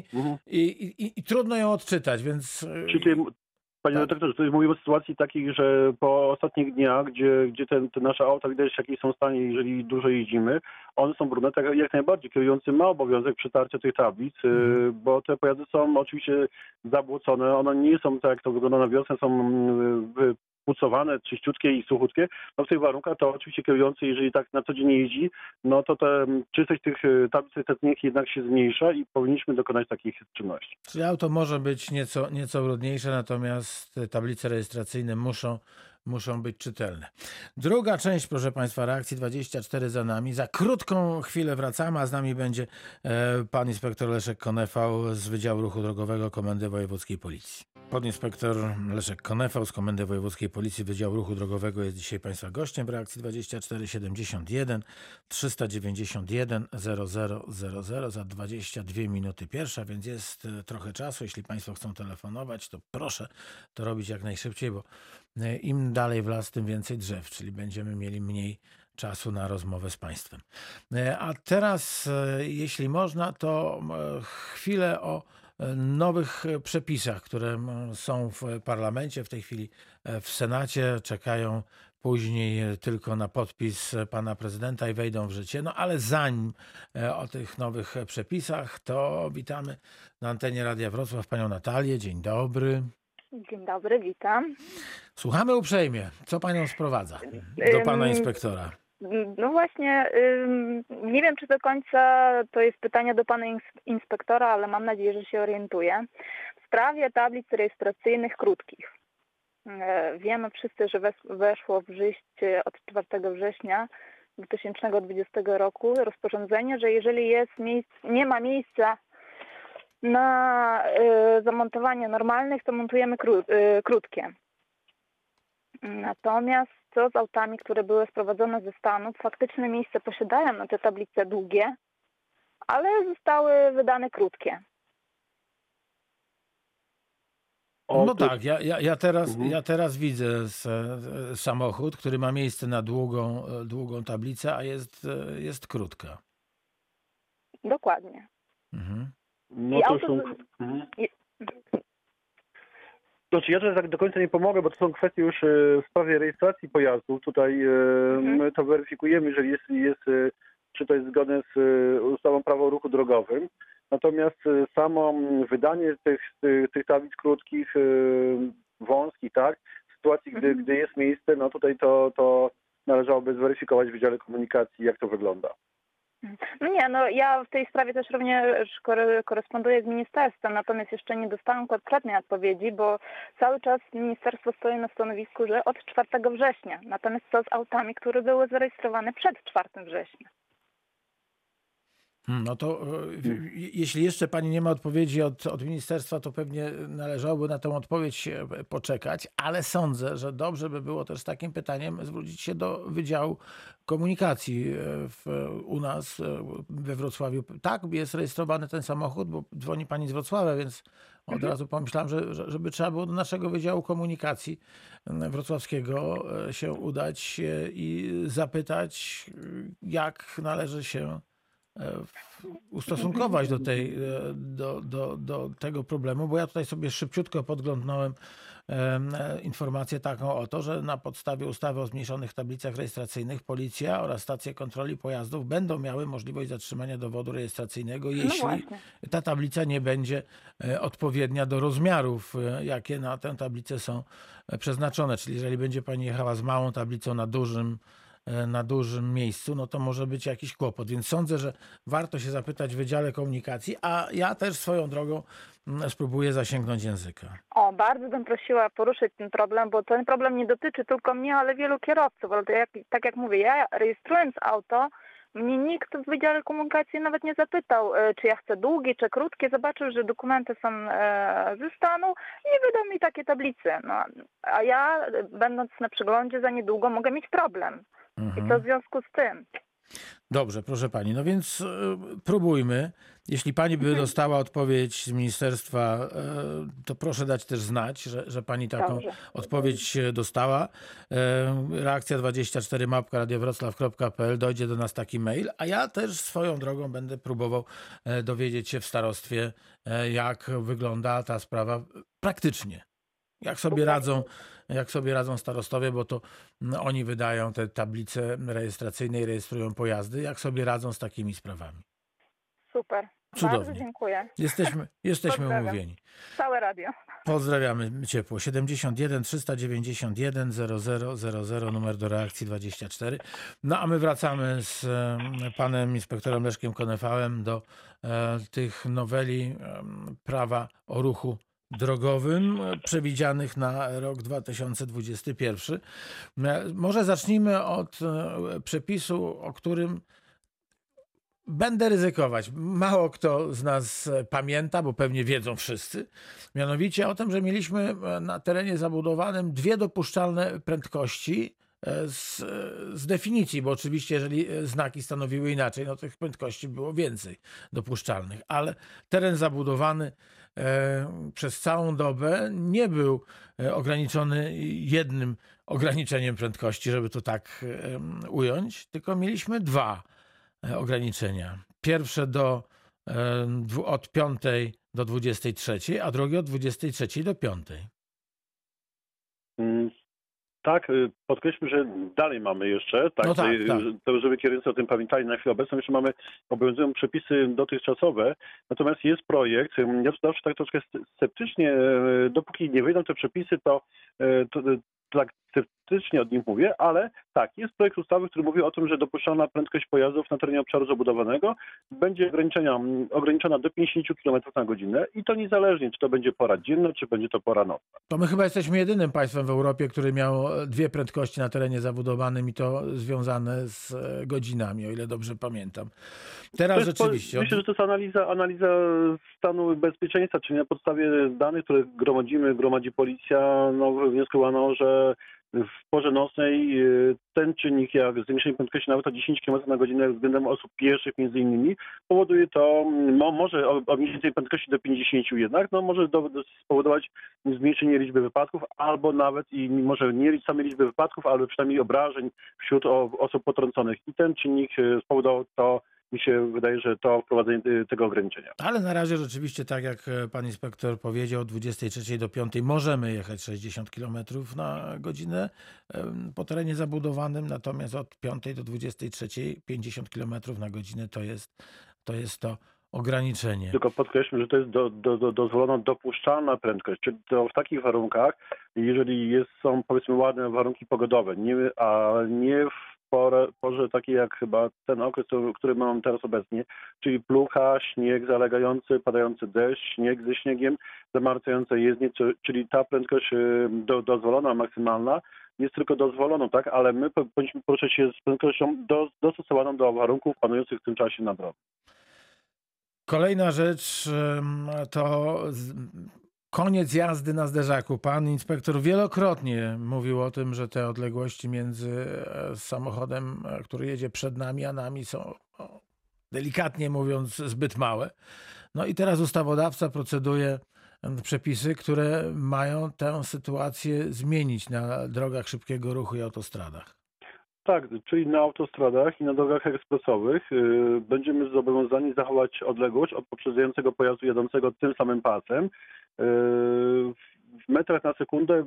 i trudno ją odczytać, więc... Panie redaktorze, tutaj mówimy o sytuacji takiej, że po ostatnich dniach, gdzie te nasze auta widać w jakiej są stanie, jeżeli dużo jeździmy, one są brudne, tak jak najbardziej. Kierujący ma obowiązek przetarcia tych tablic, bo te pojazdy są oczywiście zabłocone, one nie są tak jak to wygląda na wiosnę, są pucowane, czyściutkie i suchutkie. No w tych warunkach to oczywiście kierujący, jeżeli tak na co dzień jeździ, no to czystość tych tablic rejestracyjnych jednak się zmniejsza i powinniśmy dokonać takich czynności. Czyli auto może być nieco brudniejsze, natomiast tablice rejestracyjne muszą być czytelne. Druga część, proszę Państwa, Reakcji 24 za nami. Za krótką chwilę wracamy, a z nami będzie pan inspektor Leszek Konefał z Wydziału Ruchu Drogowego Komendy Wojewódzkiej Policji. Podinspektor Leszek Konefał z Komendy Wojewódzkiej Policji Wydziału Ruchu Drogowego jest dzisiaj Państwa gościem w Reakcji 24 71 391 0000 za 22 minuty pierwsza, więc jest trochę czasu. Jeśli Państwo chcą telefonować, to proszę to robić jak najszybciej, bo im dalej w las, tym więcej drzew, czyli będziemy mieli mniej czasu na rozmowę z Państwem. A teraz, jeśli można, to chwilę o nowych przepisach, które są w parlamencie, w tej chwili w Senacie, czekają później tylko na podpis pana prezydenta i wejdą w życie. No ale zanim o tych nowych przepisach, to witamy na antenie Radia Wrocław panią Natalię. Dzień dobry. Dzień dobry, witam. Słuchamy uprzejmie. Co panią sprowadza do pana inspektora? No właśnie, nie wiem, czy do końca to jest pytanie do pana inspektora, ale mam nadzieję, że się orientuję. W sprawie tablic rejestracyjnych krótkich. Wiemy wszyscy, że weszło w życie od 4 września 2020 roku rozporządzenie, że jeżeli nie ma miejsca na zamontowanie normalnych, to montujemy krótkie. Natomiast co z autami, które były sprowadzone ze Stanów, faktyczne miejsce posiadają na te tablice długie, ale zostały wydane krótkie. No tak, ja teraz widzę samochód, który ma miejsce na długą tablicę, a jest krótka. Dokładnie. Mhm. No to są... Znaczy ja tak do końca nie pomogę, bo to są kwestie już w sprawie rejestracji pojazdów. Tutaj my to weryfikujemy, jeżeli czy to jest zgodne z ustawą Prawo o ruchu drogowym. Natomiast samo wydanie tych tablic krótkich, wąskich, tak, w sytuacji, gdy jest miejsce, no tutaj to należałoby zweryfikować w Wydziale Komunikacji, jak to wygląda. No nie, no ja w tej sprawie też również koresponduję z ministerstwem, natomiast jeszcze nie dostałam konkretnej odpowiedzi, bo cały czas ministerstwo stoi na stanowisku, że od 4 września. Natomiast co z autami, które były zarejestrowane przed 4 września? No to jeśli jeszcze pani nie ma odpowiedzi od ministerstwa, to pewnie należałoby na tę odpowiedź poczekać, ale sądzę, że dobrze by było też z takim pytaniem zwrócić się do Wydziału Komunikacji u nas we Wrocławiu. Tak, jest rejestrowany ten samochód, bo dzwoni pani z Wrocławia, więc od razu pomyślałem, żeby trzeba było do naszego Wydziału Komunikacji wrocławskiego się udać i zapytać, jak należy się ustosunkować do tego problemu, bo ja tutaj sobie szybciutko podglądnąłem informację taką oto, że na podstawie ustawy o zmniejszonych tablicach rejestracyjnych policja oraz stacje kontroli pojazdów będą miały możliwość zatrzymania dowodu rejestracyjnego, jeśli właśnie. ta tablica nie będzie odpowiednia do rozmiarów, jakie na tę tablicę są przeznaczone. Czyli jeżeli będzie pani jechała z małą tablicą na dużym miejscu, no to może być jakiś kłopot. Więc sądzę, że warto się zapytać w Wydziale Komunikacji, a ja też swoją drogą spróbuję zasięgnąć języka. O, bardzo bym prosiła poruszyć ten problem, bo ten problem nie dotyczy tylko mnie, ale wielu kierowców. Ale to tak jak mówię, ja rejestrując auto, mnie nikt w Wydziale Komunikacji nawet nie zapytał, czy ja chcę długie, czy krótkie. Zobaczył, że dokumenty są ze stanu i wydał mi takie tablice. No, a ja, będąc na przeglądzie za niedługo, mogę mieć problem. I co w związku z tym? Dobrze, proszę pani. No więc próbujmy. Jeśli pani by dostała odpowiedź z ministerstwa, to proszę dać też znać, że pani taką Dobrze. odpowiedź dostała. Reakcja 24@radiowroclaw.pl, dojdzie do nas taki mail, a ja też swoją drogą będę próbował dowiedzieć się w starostwie, jak wygląda ta sprawa praktycznie. Jak sobie radzą starostowie, bo to oni wydają te tablice rejestracyjne i rejestrują pojazdy, jak sobie radzą z takimi sprawami. Super. Cudownie. Bardzo dziękuję. Jesteśmy Pozdrawiam. umówieni. Całe radio. Pozdrawiamy ciepło. 71 391 0000, numer do reakcji 24. No a my wracamy z panem inspektorem Leszkiem Konefałem do tych noweli prawa o ruchu drogowym przewidzianych na rok 2021. Może zacznijmy od przepisu, o którym będę ryzykować. Mało kto z nas pamięta, bo pewnie wiedzą wszyscy. Mianowicie o tym, że mieliśmy na terenie zabudowanym 2 dopuszczalne prędkości z definicji, bo oczywiście jeżeli znaki stanowiły inaczej, no tych prędkości było więcej dopuszczalnych, ale teren zabudowany przez całą dobę nie był ograniczony jednym ograniczeniem prędkości, żeby to tak ująć, tylko mieliśmy 2 ograniczenia. Pierwsze od 5 do 23, a drugie od 23 do 5. Tak, podkreślmy, że dalej mamy jeszcze, tak, No tak. To, żeby kierowcy o tym pamiętali, na chwilę obecną jeszcze obowiązują przepisy dotychczasowe, natomiast jest projekt, ja tu zawsze tak troszkę sceptycznie, dopóki nie wyjdą te przepisy, to tak sceptycznie od nich mówię, ale tak, jest projekt ustawy, który mówi o tym, że dopuszczalna prędkość pojazdów na terenie obszaru zabudowanego będzie ograniczona do 50 km na godzinę i to niezależnie, czy to będzie pora dzienna, czy będzie to pora nocna. To my chyba jesteśmy jedynym państwem w Europie, który miał 2 prędkości na terenie zabudowanym i to związane z godzinami, o ile dobrze pamiętam. Teraz rzeczywiście... Myślę, że to jest analiza stanu bezpieczeństwa, czyli na podstawie danych, które gromadzi policja, wywnioskowano, że w porze nocnej ten czynnik, jak zwiększenie prędkości nawet o 10 km na godzinę względem osób pieszych między innymi, powoduje to, może obniżyć tej prędkości do 50 jednak, może spowodować zmniejszenie liczby wypadków, albo nawet i może nie samej liczby wypadków, ale przynajmniej obrażeń wśród osób potrąconych. I ten czynnik spowodował to, mi się wydaje, że to wprowadzenie tego ograniczenia. Ale na razie rzeczywiście, tak jak pan inspektor powiedział, od 23 do 5 możemy jechać 60 km na godzinę po terenie zabudowanym, natomiast od 5 do 23 50 km na godzinę to jest to ograniczenie. Tylko podkreślmy, że to jest dozwolona, dopuszczalna prędkość, czyli to w takich warunkach, jeżeli są powiedzmy ładne warunki pogodowe, a nie w porze takiej jak chyba ten okres, który mamy teraz obecnie, czyli plucha, śnieg zalegający, padający deszcz, śnieg ze śniegiem, zamarzające jezdnie, czyli ta prędkość dozwolona, maksymalna jest tylko dozwoloną, tak, ale my powinniśmy poruszać się z prędkością dostosowaną do warunków panujących w tym czasie na drodze. Kolejna rzecz to koniec jazdy na zderzaku. Pan inspektor wielokrotnie mówił o tym, że te odległości między samochodem, który jedzie przed nami, a nami są, delikatnie mówiąc, zbyt małe. No i teraz ustawodawca proceduje przepisy, które mają tę sytuację zmienić na drogach szybkiego ruchu i autostradach. Tak, czyli na autostradach i na drogach ekspresowych będziemy zobowiązani zachować odległość od poprzedzającego pojazdu jadącego tym samym pasem w metrach na sekundę,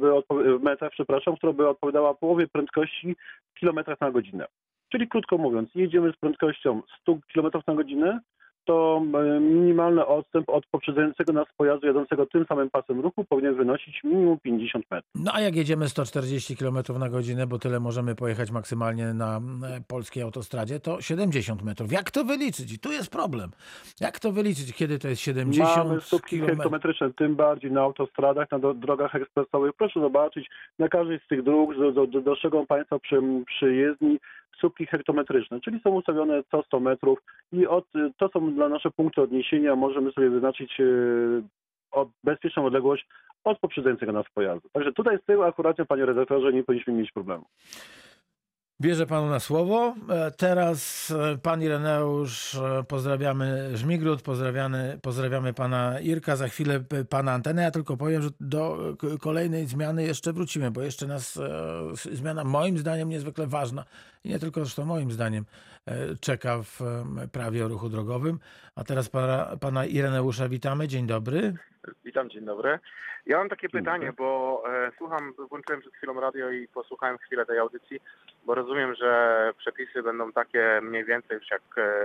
która by odpowiadała połowie prędkości w kilometrach na godzinę. Czyli krótko mówiąc, jedziemy z prędkością 100 km na godzinę, to minimalny odstęp od poprzedzającego nas pojazdu jadącego tym samym pasem ruchu powinien wynosić minimum 50 metrów. No a jak jedziemy 140 km na godzinę, bo tyle możemy pojechać maksymalnie na polskiej autostradzie, to 70 metrów. Jak to wyliczyć? I tu jest problem. Jak to wyliczyć, kiedy to jest 70 Mamy słupki km? hektometryczne, tym bardziej na autostradach, na drogach ekspresowych. Proszę zobaczyć, na każdej z tych dróg dostrzegą Państwo przy jezdni słupki hektometryczne, czyli są ustawione co 100 metrów i to są dla nasze punkty odniesienia. Możemy sobie wyznaczyć bezpieczną odległość od poprzedzającego nas pojazdu. Także tutaj z tyłu akurat, panie redaktorze, nie powinniśmy mieć problemu. Wierzę panu na słowo. Teraz pan Ireneusz, pozdrawiamy Żmigród, pozdrawiamy pana Irka, za chwilę pana antenę. Ja tylko powiem, że do kolejnej zmiany jeszcze wrócimy, bo jeszcze nas zmiana moim zdaniem niezwykle ważna i nie tylko zresztą moim zdaniem czeka w prawie o ruchu drogowym. A teraz pana Ireneusza witamy. Dzień dobry. Witam, dzień dobry. Ja mam takie pytanie, bo włączyłem przed chwilą radio i posłuchałem chwilę tej audycji, bo rozumiem, że przepisy będą takie mniej więcej już jak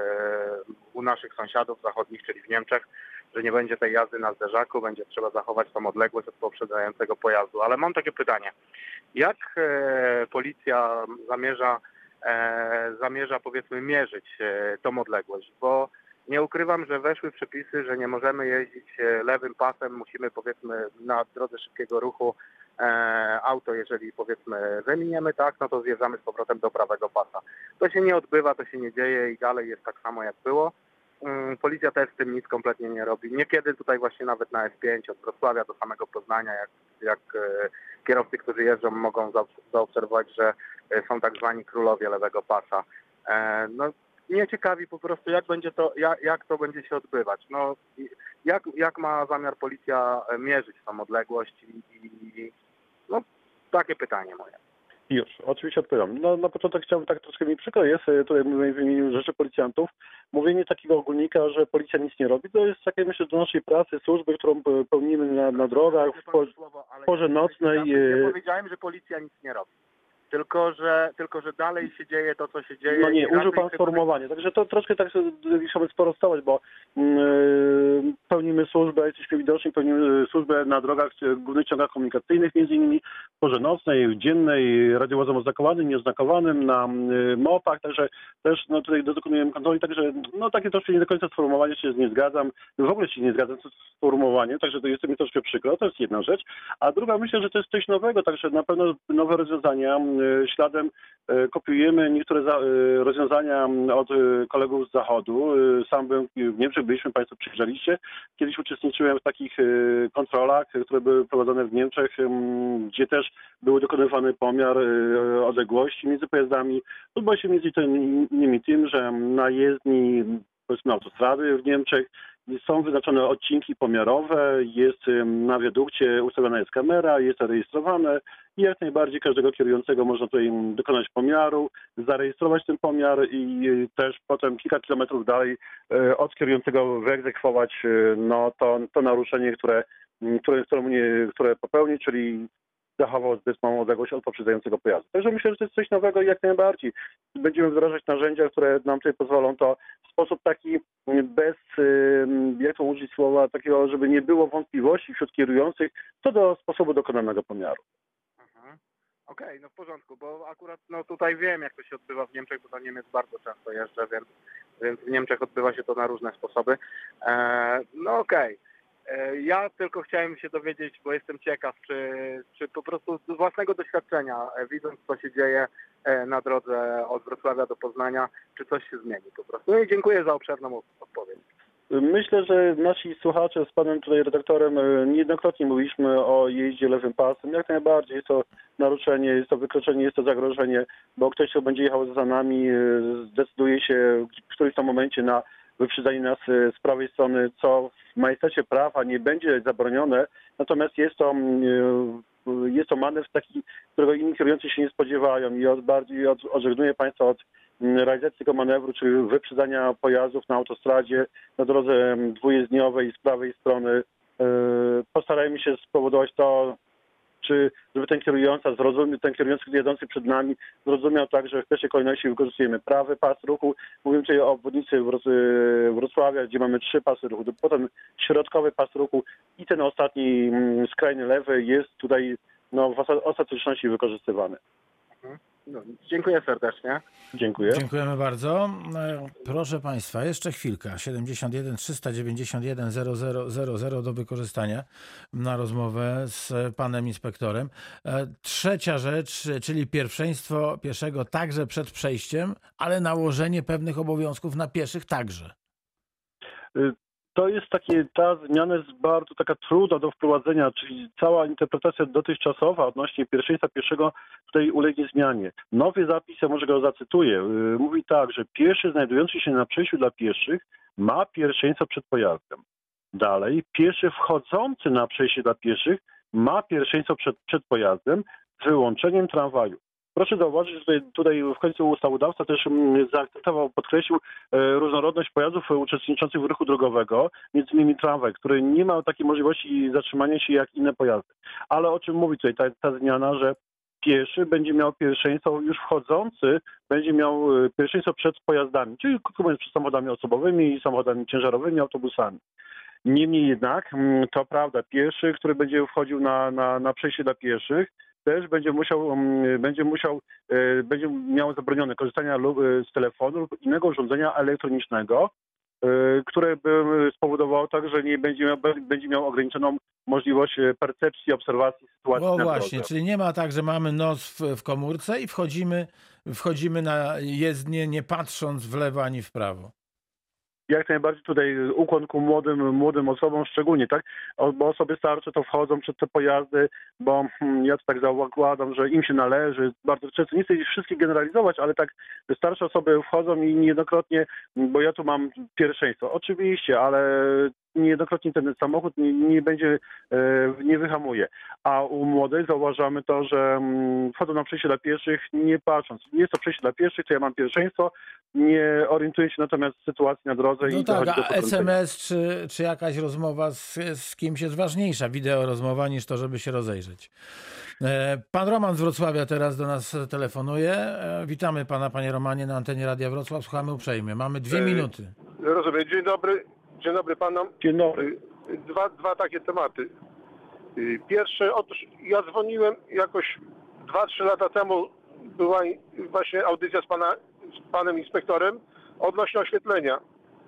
u naszych sąsiadów zachodnich, czyli w Niemczech, że nie będzie tej jazdy na zderzaku, będzie trzeba zachować tą odległość od poprzedzającego pojazdu. Ale mam takie pytanie. Jak policja zamierza powiedzmy mierzyć tą odległość? Bo nie ukrywam, że weszły przepisy, że nie możemy jeździć lewym pasem, musimy powiedzmy na drodze szybkiego ruchu auto, jeżeli powiedzmy wyminiemy, tak, no to zjeżdżamy z powrotem do prawego pasa. To się nie odbywa, to się nie dzieje i dalej jest tak samo jak było. Policja też z tym nic kompletnie nie robi. Niekiedy tutaj właśnie nawet na S5 od Wrocławia do samego Poznania, jak kierowcy, którzy jeżdżą, mogą zaobserwować, że są tak zwani królowie lewego pasa. No, mnie ciekawi po prostu, jak to będzie się odbywać. No, jak ma zamiar policja mierzyć tą odległość i no, takie pytanie moje. Już, oczywiście odpowiadam. No, na początek chciałbym, tak troszkę mi przykro jest, tutaj mówię w imieniu Rzeszy Policjantów, mówienie takiego ogólnika, że policja nic nie robi, to jest takie, myślę, do naszej pracy, służby, którą pełnimy na drogach w porze nocnej. Nie powiedziałem, że policja nic nie robi. Tylko że dalej się dzieje to, co się dzieje. No nie, użył pan sformułowania. Także to troszkę tak chciałbym sporostować, bo pełnimy służbę, jesteśmy widoczni, pełnimy służbę na drogach, głównych ciągach komunikacyjnych, między innymi w porze nocnej, dziennej, radiowozem oznakowanym, nieoznakowanym, na MOP-ach, także też no, tutaj dokonujemy kontroli, także no takie troszkę nie do końca sformułowanie się nie zgadzam, w ogóle się nie zgadzam z sformułowaniem, także to jest mi troszkę przykro, to jest jedna rzecz. A druga, myślę, że to jest coś nowego, także na pewno nowe rozwiązania. Śladem kopiujemy niektóre rozwiązania od kolegów z Zachodu. Sam byłem w Niemczech, byliśmy, Państwo przyjrzeliście. Kiedyś uczestniczyłem w takich kontrolach, które były prowadzone w Niemczech, gdzie też był dokonywany pomiar odległości między pojazdami. Odbyło się między innymi tym, że na jezdni, powiedzmy, autostrady w Niemczech są wyznaczone odcinki pomiarowe, jest na wiadukcie ustawiona jest kamera, jest to rejestrowane i jak najbardziej każdego kierującego można tutaj dokonać pomiaru, zarejestrować ten pomiar i też potem kilka kilometrów dalej od kierującego wyegzekwować no, to naruszenie, które popełni, czyli zachował zbyt małą odległość od poprzedzającego pojazdu. Także myślę, że to jest coś nowego i jak najbardziej będziemy wdrażać narzędzia, które nam tutaj pozwolą to w sposób taki bez, jak to użyć słowa, takiego, żeby nie było wątpliwości wśród kierujących co do sposobu dokonanego pomiaru. Okej, no w porządku, bo akurat no tutaj wiem, jak to się odbywa w Niemczech, bo do Niemiec bardzo często jeżdżę, więc w Niemczech odbywa się to na różne sposoby. No okej. Ja tylko chciałem się dowiedzieć, bo jestem ciekaw, czy po prostu z własnego doświadczenia, widząc co się dzieje na drodze od Wrocławia do Poznania, czy coś się zmieni po prostu. No i dziękuję za obszerną odpowiedź. Myślę, że nasi słuchacze z panem tutaj redaktorem niejednokrotnie mówiliśmy o jeździe lewym pasem. Jak najbardziej jest to naruszenie, jest to wykroczenie, jest to zagrożenie, bo ktoś, kto będzie jechał za nami, zdecyduje się w którymś tam momencie na wyprzedzanie nas z prawej strony, co w majestacie prawa nie będzie zabronione, natomiast jest to jest to manewr taki, którego inni kierujący się nie spodziewają i bardziej odżegnuję Państwa od realizacji tego manewru, czyli wyprzedzania pojazdów na autostradzie, na drodze dwujezdniowej z prawej strony. Postarajmy się spowodować to, żeby ten kierujący jadący przed nami zrozumiał tak, że w pierwszej kolejności wykorzystujemy prawy pas ruchu. Mówimy tutaj o obwodnicy Wrocławia, gdzie mamy 3 pasy ruchu. Potem środkowy pas ruchu i ten ostatni skrajny lewy jest tutaj w ostateczności wykorzystywany. No, dziękuję serdecznie. Dziękuję. Dziękujemy bardzo. Proszę Państwa, jeszcze chwilka. 71 391 0000 do wykorzystania na rozmowę z panem inspektorem. Trzecia rzecz, czyli pierwszeństwo pieszego także przed przejściem, ale nałożenie pewnych obowiązków na pieszych także. To jest ta zmiana jest bardzo taka trudna do wprowadzenia, czyli cała interpretacja dotychczasowa odnośnie pierwszeństwa pieszego tutaj ulegnie zmianie. Nowy zapis, ja może go zacytuję, mówi tak, że pieszy znajdujący się na przejściu dla pieszych ma pierwszeństwo przed pojazdem. Dalej, pieszy wchodzący na przejście dla pieszych ma pierwszeństwo przed pojazdem z wyłączeniem tramwaju. Proszę zauważyć, że tutaj w końcu ustawodawca też zaakcentował, podkreślił różnorodność pojazdów uczestniczących w ruchu drogowego, między innymi tramwaj, który nie ma takiej możliwości zatrzymania się jak inne pojazdy. Ale o czym mówi tutaj ta zmiana, że pieszy będzie miał pierwszeństwo, już wchodzący będzie miał pierwszeństwo przed pojazdami, czyli krótko mówiąc przed samochodami osobowymi, samochodami ciężarowymi, autobusami. Niemniej jednak, to prawda, pieszy, który będzie wchodził na przejście dla pieszych, też będzie miał zabronione korzystania z telefonu lub innego urządzenia elektronicznego, które by spowodowało tak, że nie będzie miał ograniczoną możliwość percepcji, obserwacji sytuacji. No właśnie, czyli nie ma tak, że mamy nos w komórce i wchodzimy na jezdnię, nie patrząc w lewo ani w prawo. Jak najbardziej tutaj ukłon ku młodym osobom szczególnie, tak? Bo osoby starsze to wchodzą przed te pojazdy, bo ja to tak zakładam, że im się należy. Bardzo często nie chcę ich wszystkich generalizować, ale tak starsze osoby wchodzą i niejednokrotnie, bo ja tu mam pierwszeństwo. Oczywiście, ale niejednokrotnie ten samochód nie wyhamuje. A u młodych zauważamy to, że wchodzą na przejście dla pieszych nie patrząc. Jest to przejście dla pieszych, to ja mam pierwszeństwo, nie orientuję się natomiast w sytuacji na drodze. No i tak, a SMS czy jakaś rozmowa z kimś jest ważniejsza, wideo rozmowa, niż to, żeby się rozejrzeć. Pan Roman z Wrocławia teraz do nas telefonuje. Witamy pana, panie Romanie, na antenie Radia Wrocław. Słuchamy uprzejmie. Mamy 2 minuty. Rozumiem. Dzień dobry panom. Dzień dobry. Dwa takie tematy. Pierwsze, otóż ja dzwoniłem jakoś 2-3 lata temu, była właśnie audycja z panem inspektorem odnośnie oświetlenia.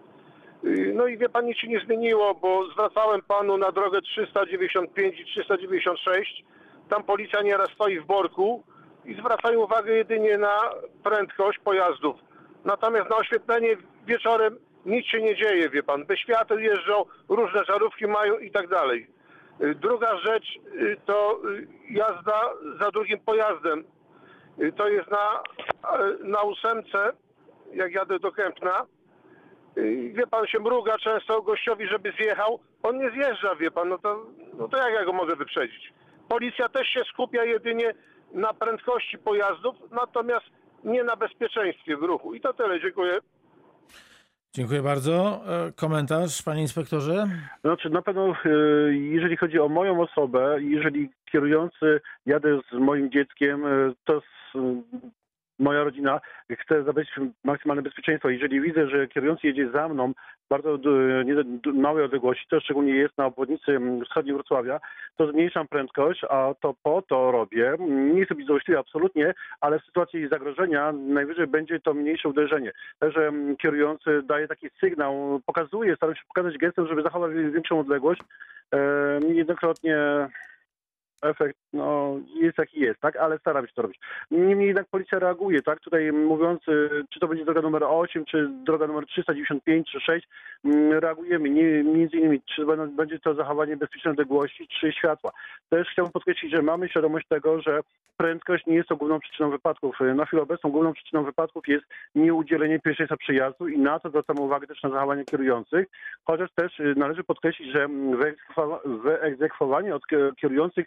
No i wie pan, nic się nie zmieniło, bo zwracałem panu na drogę 395 i 396. Tam policja nieraz stoi w worku i zwracają uwagę jedynie na prędkość pojazdów. Natomiast na oświetlenie wieczorem nic się nie dzieje, wie pan. Bez świateł jeżdżą, różne żarówki mają i tak dalej. Druga rzecz to jazda za drugim pojazdem. To jest na 8, jak jadę do Kępna. Wie pan, się mruga często gościowi, żeby zjechał. On nie zjeżdża, wie pan. No to jak ja go mogę wyprzedzić? Policja też się skupia jedynie na prędkości pojazdów, natomiast nie na bezpieczeństwie w ruchu. I to tyle. Dziękuję. Dziękuję bardzo. Komentarz, panie inspektorze? Znaczy, na pewno, jeżeli chodzi o moją osobę, jeżeli kierujący jadę z moim dzieckiem, to moja rodzina chce zabezpieczyć maksymalne bezpieczeństwo. Jeżeli widzę, że kierujący jedzie za mną bardzo małej odległości, to szczególnie jest na obwodnicy wschodniej Wrocławia, to zmniejszam prędkość, a to po to robię. Nie chcę być złośliwy absolutnie, ale w sytuacji zagrożenia najwyżej będzie to mniejsze uderzenie. Także kierujący daje taki sygnał, staram się pokazać gestem, żeby zachować większą odległość. Niejednokrotnie efekt jest jaki jest, tak? Ale staram się to robić. Niemniej jednak policja reaguje, tak? Tutaj mówiąc, czy to będzie droga numer 8, czy droga numer 395, czy 6, reagujemy. Między innymi, czy będzie to zachowanie bezpiecznej odległości, czy światła. Też chciałbym podkreślić, że mamy świadomość tego, że prędkość nie jest to główną przyczyną wypadków. Na chwilę obecną główną przyczyną wypadków jest nieudzielenie pierwszeństwa przejazdu i na to zwracamy uwagę też na zachowanie kierujących. Chociaż też należy podkreślić, że wyegzekwowanie od kierujących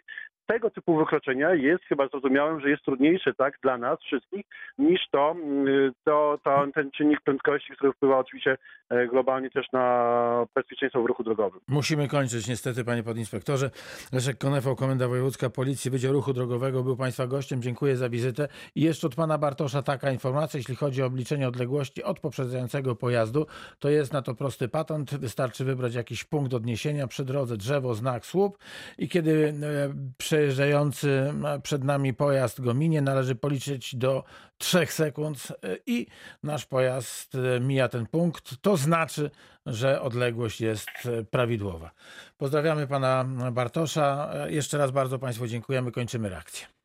tego typu wykroczenia jest chyba zrozumiałym, że jest trudniejsze tak dla nas wszystkich niż ten czynnik prędkości, który wpływa oczywiście globalnie też na bezpieczeństwo w ruchu drogowym. Musimy kończyć niestety, panie podinspektorze. Leszek Konefał, Komenda Wojewódzka Policji, Wydział Ruchu Drogowego, był państwa gościem. Dziękuję za wizytę. I jeszcze od pana Bartosza taka informacja, jeśli chodzi o obliczenie odległości od poprzedzającego pojazdu, to jest na to prosty patent. Wystarczy wybrać jakiś punkt odniesienia przy drodze, drzewo, znak, słup i kiedy przejeżdżający przed nami pojazd go minie, należy policzyć do 3 sekund i nasz pojazd mija ten punkt. To znaczy, że odległość jest prawidłowa. Pozdrawiamy pana Bartosza. Jeszcze raz bardzo państwu dziękujemy. Kończymy reakcję.